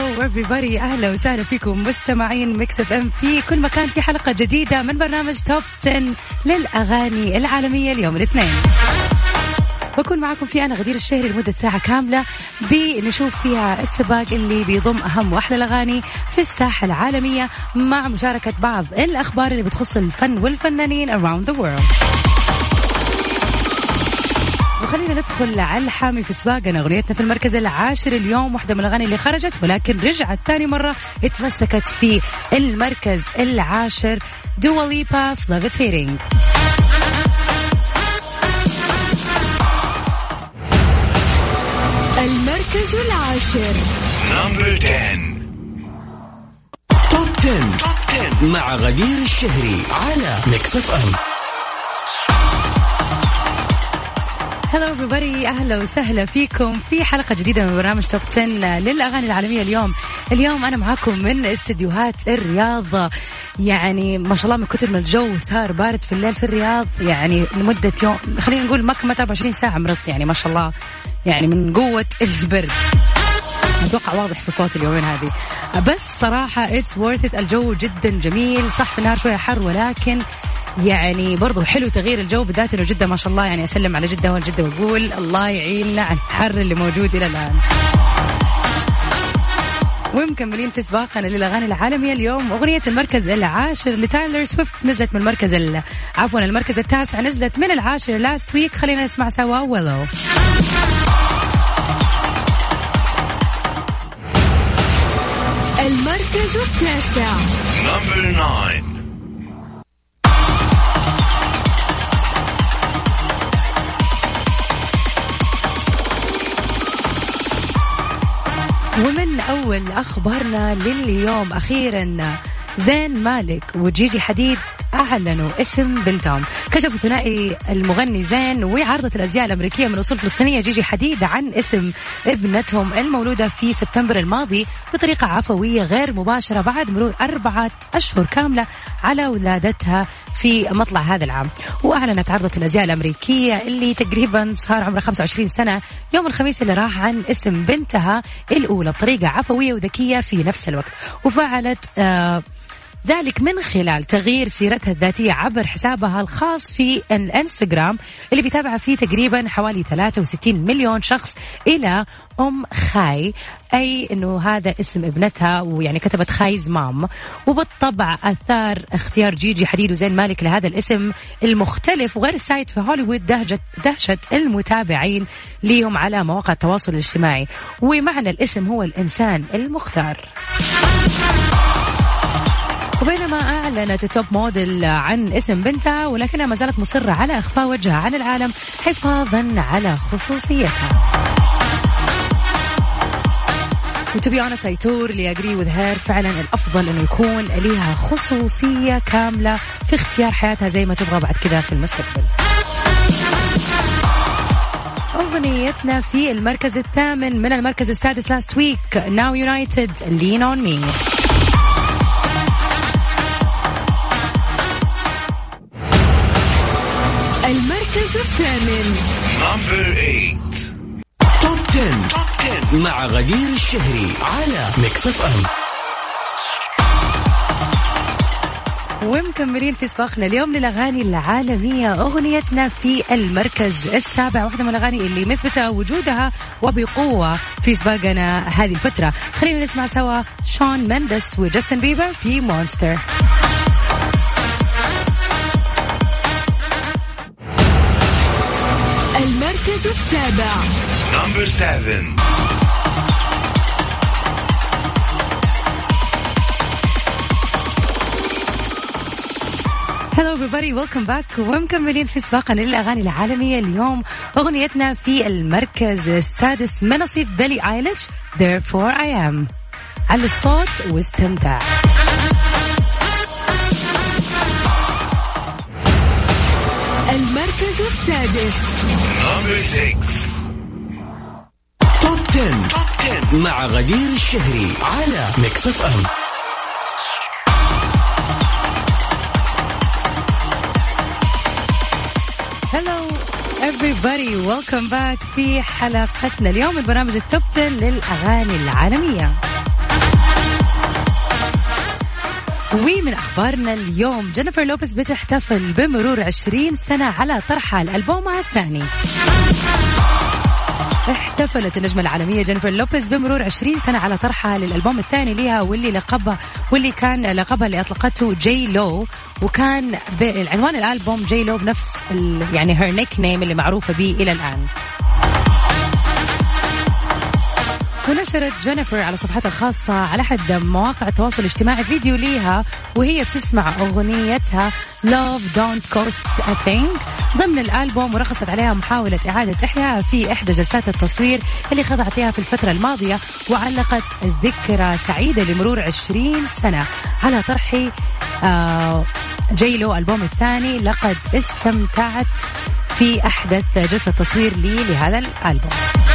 هلو everybody، أهلا وسهلا فيكم مستمعين ميكس اف ام في كل مكان في حلقة جديدة من برنامج توب 10 للأغاني العالمية اليوم الاثنين. بكون معكم في أنا غدير الشهري لمدة ساعة كاملة بنشوف فيها السباق اللي بيضم أهم وأحلى الأغاني في الساحة العالمية مع مشاركة بعض الأخبار اللي بتخص الفن والفنانين around the world. وخلينا ندخل على الحامي في سباقنا. أغنيتنا في المركز العاشر اليوم واحدة من الأغاني اللي خرجت ولكن رجعت ثاني مرة اتمسكت في المركز العاشر، Dua Lipa Levitating. المركز العاشر Number 10. توب 10 مع غدير الشهري على ميكس اف ام. هلو everybody، أهلا وسهلا فيكم في حلقة جديدة من برنامج توب 10 للأغاني العالمية. اليوم أنا معاكم من استديوهات الرياض. يعني ما شاء الله من كتر من الجو صار بارد في الليل في الرياض، يعني لمدة يوم خلينا نقول ما كملت 24 ساعة مرضت، يعني ما شاء الله يعني من قوة البرد. أتوقع واضح في صوت اليومين هذه، بس صراحة it's worth it. الجو جدا جميل، صح في النهار شوية حر ولكن يعني برضو حلو تغيير الجو، بالذات إنه جدة ما شاء الله. يعني أسلم على جدة والجدة وأقول الله يعيننا على الحر اللي موجود إلى الآن. ومكملين في سباقنا للأغاني العالمية اليوم. أغنية المركز العاشر لتايلر سويفت نزلت من المركز التاسع، نزلت من العاشر لاست ويك. خلينا نسمع سوا ويلو. المركز التاسع Number 9. ومن أول أخبارنا لليوم أخيرا زين مالك وجيجي حديد أعلنوا اسم بنتهم. كشفوا ثنائي المغني زين وعارضة الأزياء الأمريكية من أصول فلسطينية جيجي حديد عن اسم ابنتهم المولودة في سبتمبر الماضي بطريقة عفوية غير مباشرة بعد مرور 4 أشهر كاملة على ولادتها في مطلع هذا العام. وأعلنت عارضة الأزياء الأمريكية اللي تقريبا صار عمرها 25 سنة يوم الخميس اللي راح عن اسم بنتها الأولى بطريقة عفوية وذكية في نفس الوقت. وفعلت ذلك من خلال تغيير سيرتها الذاتية عبر حسابها الخاص في الانستغرام اللي بيتابعها فيه تقريبا حوالي 63 مليون شخص إلى أم خاي، أي أنه هذا اسم ابنتها، ويعني كتبت خايز مام. وبالطبع أثار اختيار جيجي حديد وزين مالك لهذا الاسم المختلف وغير السائد في هوليوود دهشة المتابعين ليهم على مواقع التواصل الاجتماعي. ومعنى الاسم هو الإنسان المختار. وبينما أعلنت التوب موديل عن اسم بنتها ولكنها ما زالت مصرة على إخفاء وجهها عن العالم حفاظا على خصوصيتها. To be honest I totally agree with her. فعلا الأفضل أنه يكون لها خصوصية كاملة في اختيار حياتها زي ما تبغى بعد كذا في المستقبل. أغنيتنا في المركز الثامن من المركز السادس last week Now United Lean on Me. المركز الثامن Number 8. توب 10 مع غدير الشهري على ميكس اف ام. ومكملين في سباقنا اليوم للأغاني العالمية. أغنيتنا في المركز السابع واحدة من الأغاني اللي مثبتة وجودها وبقوة في سباقنا هذه الفترة. خلينا نسمع سوا شون مندس وجاستن بيبر في مونستر. المركز السابع Number 7. Hello everybody, welcome back. ومكملين في سباقنا للأغاني العالمية اليوم. أغنيتنا في المركز السادس من نصيب بيلي آيليش Therefore I Am. على الصوت واستمتع. المركز السادس Number 6. توب 10 مع غدير الشهري على ميكس اف ام. Hello everybody, welcome back في حلقتنا اليوم من برنامج التوب 10 للأغاني العالمية. ومن أخبارنا اليوم جينيفر لوبيز بتحتفل بمرور 20 سنة على طرحها لألبومها الثاني. احتفلت النجمة العالمية جينيفر لوبيز بمرور 20 سنة على طرحها للألبوم الثاني لها واللي كان لقبها اللي أطلقته جي لو، وكان عنوان الألبوم جي لو بنفس يعني هير نيك نيم اللي معروفة به إلى الآن. ونشرت جينيفر على صفحتها الخاصة على أحد مواقع التواصل الاجتماعي فيديو ليها وهي بتسمع أغنيتها Love Don't Cost a Thing ضمن الألبوم، ورخصت عليها محاولة إعادة إحياء في إحدى جلسات التصوير اللي خضعت لها في الفترة الماضية، وعلقت ذكرى سعيدة لمرور 20 سنة على طرح جيلو ألبوم الثاني. لقد استمتعت في أحدث جلسة تصوير لي لهذا الألبوم.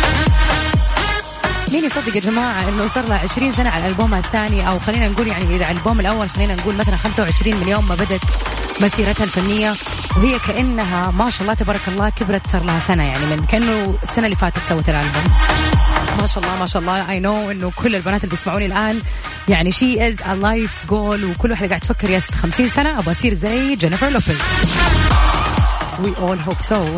مين يصدق يا جماعة إنه صار لها 20 سنة على الألبوم الثاني، أو خلينا نقول يعني إذا الألبوم الأول خلينا نقول مثلا 25 من يوم ما بدت مسيرتها الفنية، وهي كأنها ما شاء الله تبارك الله كبرت صار لها سنة، يعني من كأنه السنة اللي فاتت سوت الألبوم. ما شاء الله ما شاء الله. I know إنه كل البنات اللي بيسمعوني الآن يعني she is a life goal، وكل واحدة قاعد تفكر يس 50 سنة أبغى أصير زي جينيفر لوبيز. We all hope so.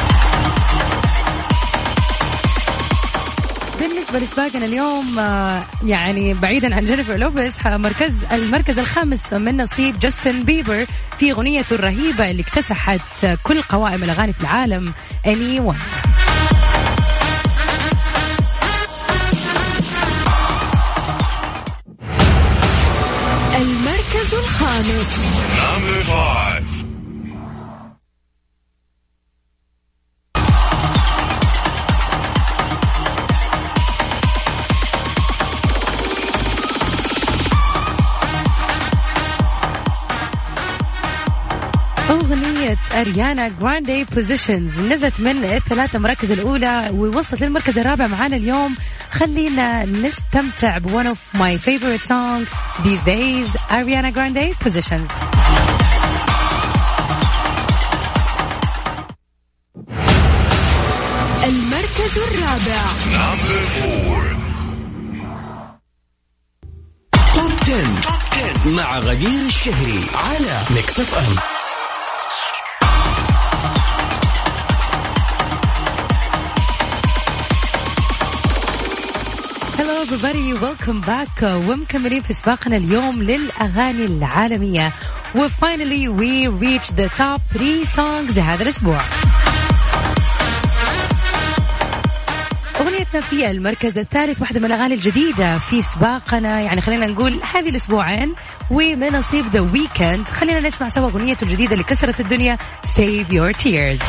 بالنسبة لسباقنا اليوم يعني بعيدا عن جينيفر لوبيز، المركز الخامس من نصيب جاستن بيبر في أغنيته الرهيبة اللي اكتسحت كل قوائم الأغاني في العالم Anyone. المركز الخامس. أغنية أريانا جراندي Positions نزلت من الثلاثة مراكز الأولى ووصلت للمركز الرابع معانا اليوم. خلينا نستمتع ب one of my favorite songs these days, Ariana Grande Positions. المركز الرابع. توب 10 مع غدير الشهري على ميكس اف ام. Hello everybody, welcome back. ومكملين في سباقنا اليوم للأغاني العالمية. وfinally we reached the top 3 songs لهذا الأسبوع. أغنيتنا في المركز الثالث واحدة من الأغاني الجديدة في سباقنا، يعني خلينا نقول هذه الأسبوعين، ومن نصيب The Weeknd. خلينا نسمع سوا أغنيته الجديدة اللي كسرت الدنيا Save Your Tears.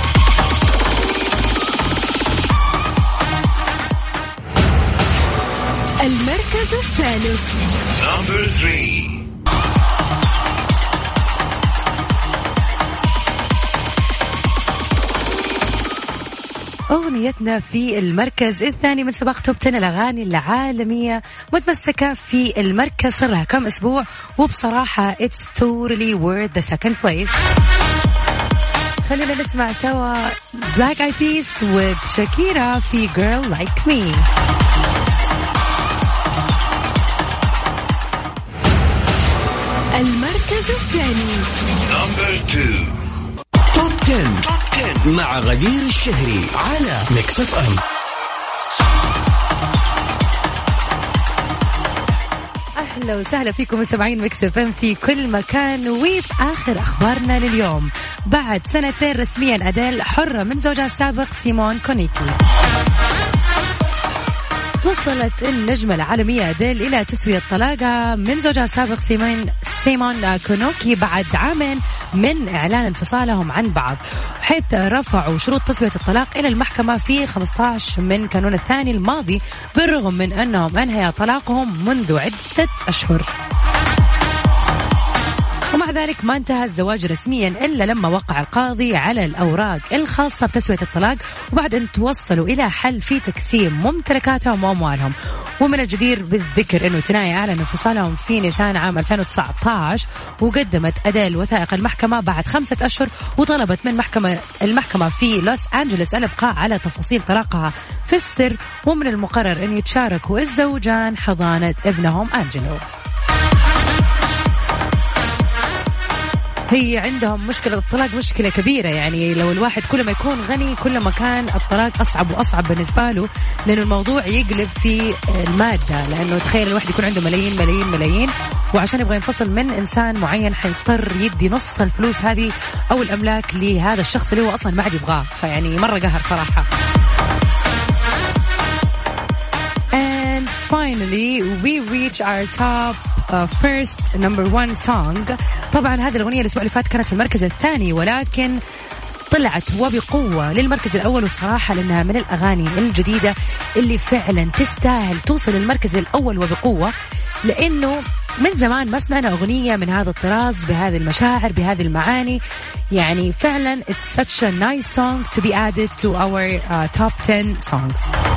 المركز الثالث. Number 3. أغنيتنا في المركز الثاني من سباق توب 10 الأغاني العالمية، متمسكة في المركز صار لها كم أسبوع، وبصراحة it's totally worth the second place. خلينا نسمع سوا Black Eyed Peas with شاكيرا في Girl Like Me. المركز الثاني. Number 2. توب 10 مع غدير الشهري على ميكس اف ام. أهلا وسهلا فيكم مستمعين ميكس اف ام في كل مكان. وفي آخر أخبارنا لليوم، بعد 2 سنين رسميا أديل حرة من زوجها السابق سيمون كونيكي. وصلت النجمة العالمية أديل إلى تسوية طلاقها من زوجها السابق سيمون كونوكي بعد عامين من إعلان انفصالهم عن بعض، حيث رفعوا شروط تسوية الطلاق إلى المحكمة في 15 من كانون الثاني الماضي، بالرغم من أنهم أنهيا طلاقهم منذ عدة أشهر. ومع ذلك ما انتهى الزواج رسميا إلا لما وقع القاضي على الأوراق الخاصة بتسوية الطلاق، وبعد أن توصلوا إلى حل في تقسيم ممتلكاتهم وأموالهم. ومن الجدير بالذكر أنه ثنائي أعلن انفصالهم في نيسان عام 2019، وقدمت أديل وثائق المحكمة بعد 5 أشهر، وطلبت من المحكمة في لوس أنجلوس الإبقاء على تفاصيل طلاقها في السر. ومن المقرر أن يتشاركوا الزوجان حضانة ابنهم أنجلو. هي عندهم مشكلة الطلاق مشكلة كبيرة، يعني لو الواحد كل ما يكون غني كل ما كان الطلاق أصعب وأصعب بالنسبة له، لأنه الموضوع يقلب في المادة. لأنه تخيل الواحد يكون عنده ملايين ملايين ملايين، وعشان يبغى ينفصل من إنسان معين حيضطر يدي نص الفلوس هذه أو الأملاك لهذا الشخص اللي هو أصلا ما عاد يبغاه. فيعني مرة قهر صراحة. And finally we reach our top first number one song. طبعا هذه الأغنية الأسبوع اللي فات كانت في المركز الثاني، ولكن طلعت وبقوة للمركز الأول، وبصراحة لأنها من الأغاني الجديدة اللي فعلا تستاهل توصل للمركز الأول وبقوة، لأنه من زمان ما سمعنا أغنية من هذا الطراز بهذه المشاعر بهذه المعاني. يعني فعلا it's such a nice song to be added to our top 10 songs.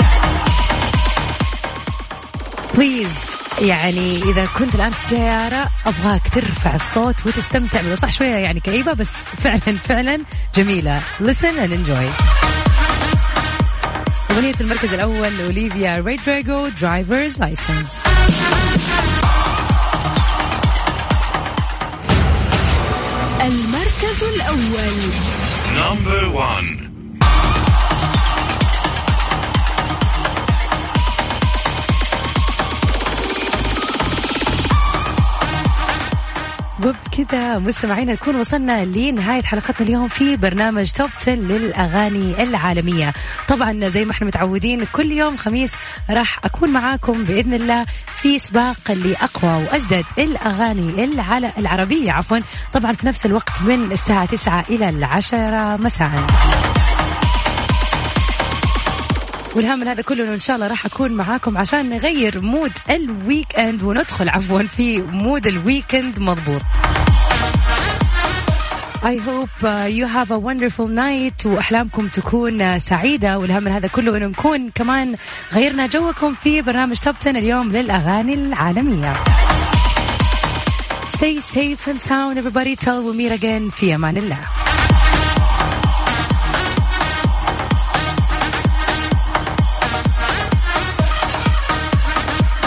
Please يعني إذا كنت الآن في السيارة أبغاك ترفع الصوت وتستمتع بها، صح شوية يعني كئيبة بس فعلا فعلا جميلة. Listen and enjoy. أغنية المركز الأول أوليفيا رودريغو Driver's License. المركز الأول Number 1. وبكذا مستمعينا نكون وصلنا لنهاية حلقتنا اليوم في برنامج توب 10 للأغاني العالمية. طبعا زي ما احنا متعودين كل يوم خميس راح أكون معاكم بإذن الله في سباق لأقوى وأجدد الأغاني العربية عفوا، طبعا في نفس الوقت من الساعة 9 إلى 10 مساء. والهم من هذا كله إن شاء الله راح أكون معاكم عشان نغير مود الويك اند وندخل عفوا في مود الويكند مضبوط. I hope you have a wonderful night وأحلامكم تكون سعيدة. والهم من هذا كله إنه نكون كمان غيرنا جوكم في برنامج توب 10 اليوم للأغاني العالمية. Stay safe and sound everybody till we meet again. في أمان الله.